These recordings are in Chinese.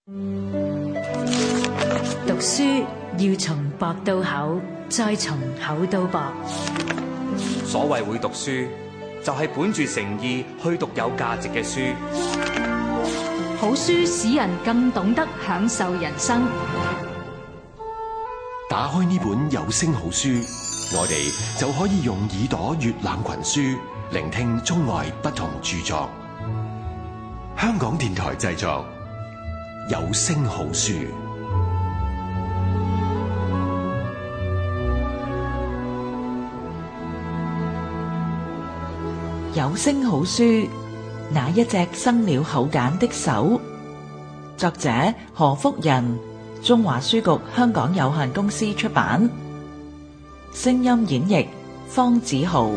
讀書要從薄到厚，再從厚到薄。 所謂會讀書，就係本住誠意去讀有價值嘅書。 好書使人更懂得享受人生。 打開呢本有聲好書，我哋就可以用耳朵閱覽群書，聆聽中外不同著作。香港電台製作，有聲好書。 有聲好書，那一隻生了口繭的手。作者何福仁，中華書局香港有限公司出版。聲音演繹方子豪。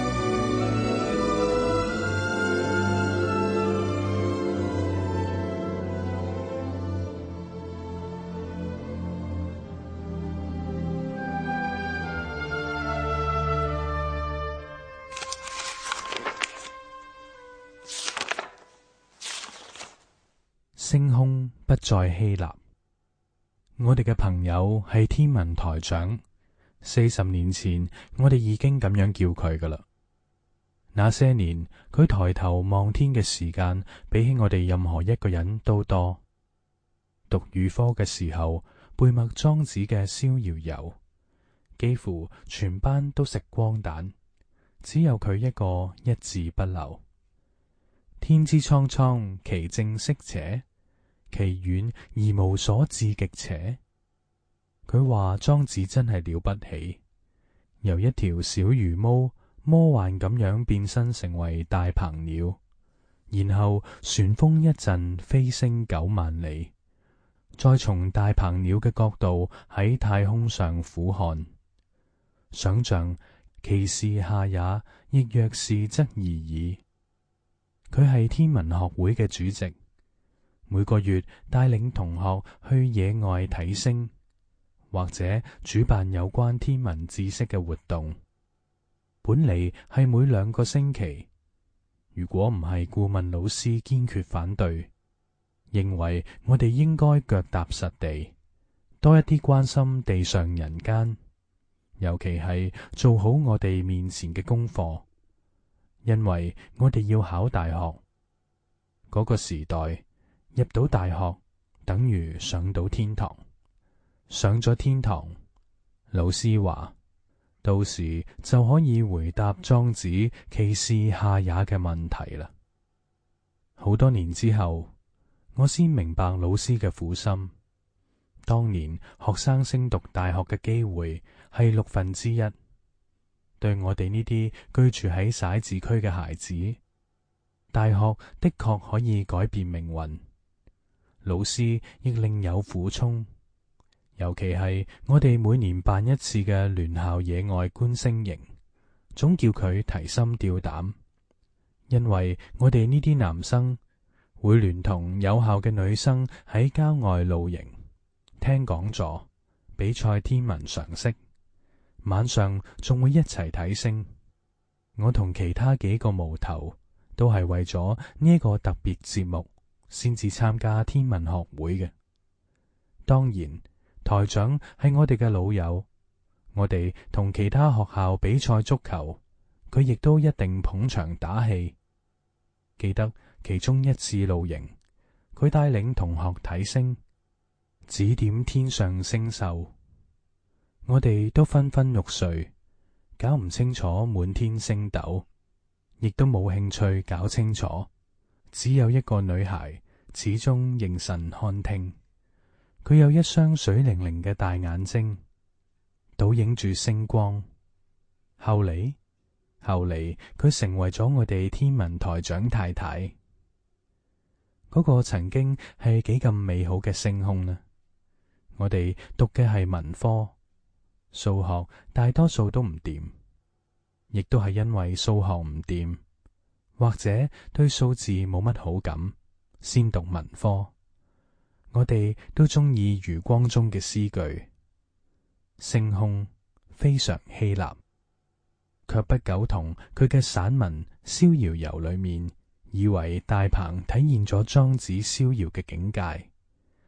星空不再希臘。我哋嘅朋友係天文台長，40年前我哋已經咁樣叫佢噶啦。那些年佢抬頭望天嘅時間，比起我哋任何一個人都多。讀語科嘅時候，背默莊子嘅《逍遙遊》，幾乎全班都食光蛋，只有佢一個一字不漏。天之蒼蒼，其正色邪，其遠而無所至極邪。佢話莊子真係了不起，由一條小魚毛魔幻咁樣變身成為大鵬鳥，然後旋風一陣飛升9萬里，再從大鵬鳥嘅角度喺太空上俯瞰，想象其是下也，亦若是則已矣。佢係天文學會嘅主席，每個月帶領同學去野外睇星，或者主辦有關天文知識嘅活動。本嚟係每2個星期，如果唔係顧問老師堅決反對，認為我哋應該腳踏實地，多一啲關心地上人間，尤其係做好我哋面前嘅功課，因為我哋要考大學。嗰個時代，入到大學等於上到天堂，上咗天堂，老師話到時就可以回答莊子其是下也嘅問題啦。好多年之後，我先明白老師嘅苦心。當年學生升讀大學嘅機會係1/6，對我哋呢啲居住喺徙置區嘅孩子，大學的確可以改變命運。老師亦另有苦衷，尤其係我哋每年辦一次嘅聯校野外觀星營，總叫佢提心吊膽，因為我哋呢啲男生會聯同有效嘅女生喺郊外露營，聽講座，比賽天文常識，晚上仲會一齊睇星。我同其他幾個毛頭都係為咗呢一個特別節目先至參加天文學會嘅。當然，台長係我哋嘅老友，我哋同其他學校比賽足球，佢亦都一定捧場打氣。記得其中一次露營，佢帶領同學睇星，指點天上星宿，我哋都昏昏欲睡，搞唔清楚滿天星斗，亦都冇興趣搞清楚。只有一個女孩始終凝神看聽，佢有一雙水靈靈嘅大眼睛，倒映住星光。後嚟佢成為咗我哋天文台長太太。嗰個曾經係幾咁美好嘅星空呢？我哋讀嘅係文科，數學大多數都唔掂，亦都係因為數學唔掂，或者對數字冇乜好感，先讀文科。我哋都中意余光中嘅詩句：星空非常希臘，卻不苟同佢嘅散文《逍遙遊》裏面，以為大鵬體現咗莊子逍遙嘅境界，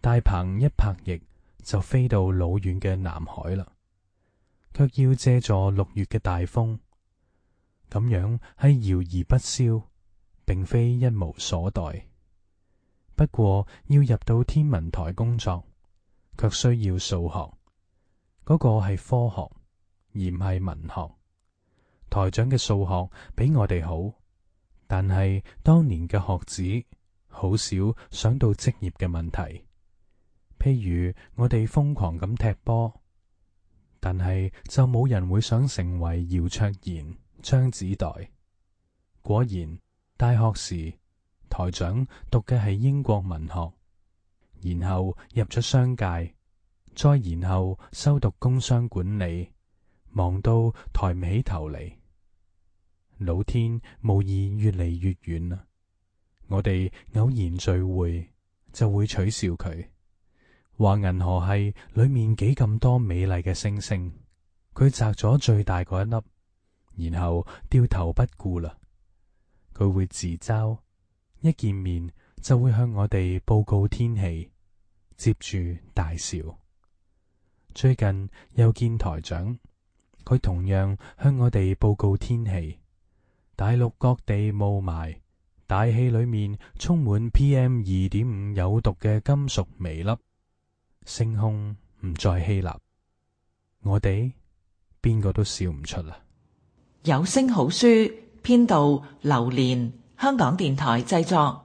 大鵬一拍翼就飛到老遠嘅南海啦，卻要借助6月嘅大風，咁樣係搖而不消，並非一無所待。不過要入到天文台工作，卻需要數學，嗰個係科學，而唔係文學。台長嘅數學比我哋好，但係當年嘅學子好少想到職業嘅問題。譬如我哋瘋狂咁踢波，但係就冇人會想成為姚卓然、張子岱。果然，大學時台長讀嘅係英國文學，然後入咗商界，再然後修讀工商管理，忙到抬唔起頭嚟。老天無疑越嚟越遠啦。我哋偶然聚會就會取笑佢，話銀河系裏面幾咁多美麗嘅星星，佢摘咗最大嗰一粒，然後掉頭不顧啦。佢會自嘲，一見面就會向我哋報告天氣，接住大笑。最近又見台長，佢同樣向我哋報告天氣。大陸各地霧霾，大氣裏面充滿 PM2.5 有毒嘅金屬微粒，星空唔再希臘，我哋邊個都笑唔出啦。 有聲好書編導劉蓮，香港電台製作。